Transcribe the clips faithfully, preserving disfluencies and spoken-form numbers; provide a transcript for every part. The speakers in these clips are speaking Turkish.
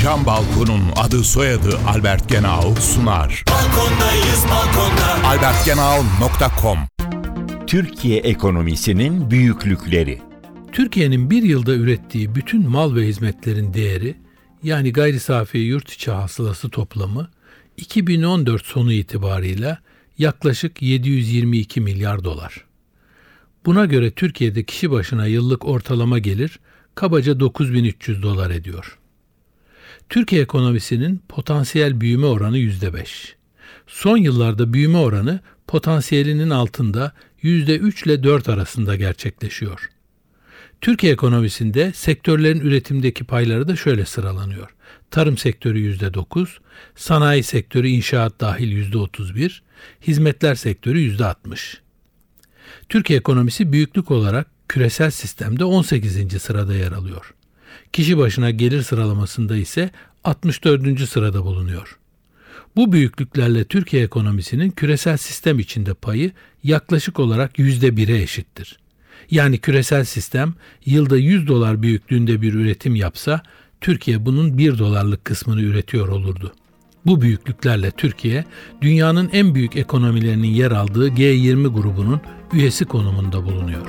Cam Balkon'un adı soyadı Albert Genau sunar. Balkondayız balkonda. albert genau nokta com Türkiye ekonomisinin büyüklükleri. Türkiye'nin bir yılda ürettiği bütün mal ve hizmetlerin değeri, yani gayri safi yurt içi hasılası toplamı iki bin on dört sonu itibarıyla yaklaşık yedi yüz yirmi iki milyar dolar. Buna göre Türkiye'de kişi başına yıllık ortalama gelir kabaca dokuz bin üç yüz dolar ediyor. Türkiye ekonomisinin potansiyel büyüme oranı yüzde beş. Son yıllarda büyüme oranı potansiyelinin altında yüzde üç ile dört arasında gerçekleşiyor. Türkiye ekonomisinde sektörlerin üretimdeki payları da şöyle sıralanıyor. Tarım sektörü yüzde dokuz, sanayi sektörü inşaat dahil yüzde otuz bir, hizmetler sektörü yüzde altmış. Türkiye ekonomisi büyüklük olarak küresel sistemde on sekizinci sırada yer alıyor. Kişi başına gelir sıralamasında ise altmış dördüncü sırada bulunuyor. Bu büyüklüklerle Türkiye ekonomisinin küresel sistem içinde payı yaklaşık olarak yüzde bire eşittir. Yani küresel sistem yılda yüz dolar büyüklüğünde bir üretim yapsa, Türkiye bunun bir dolarlık kısmını üretiyor olurdu. Bu büyüklüklerle Türkiye, dünyanın en büyük ekonomilerinin yer aldığı G yirmi grubunun üyesi konumunda bulunuyor.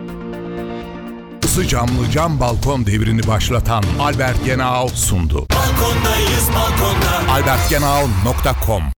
Isı camlı cam balkon devrini başlatan Albert Genau sundu. Balkondayız balkonda. albert genau nokta com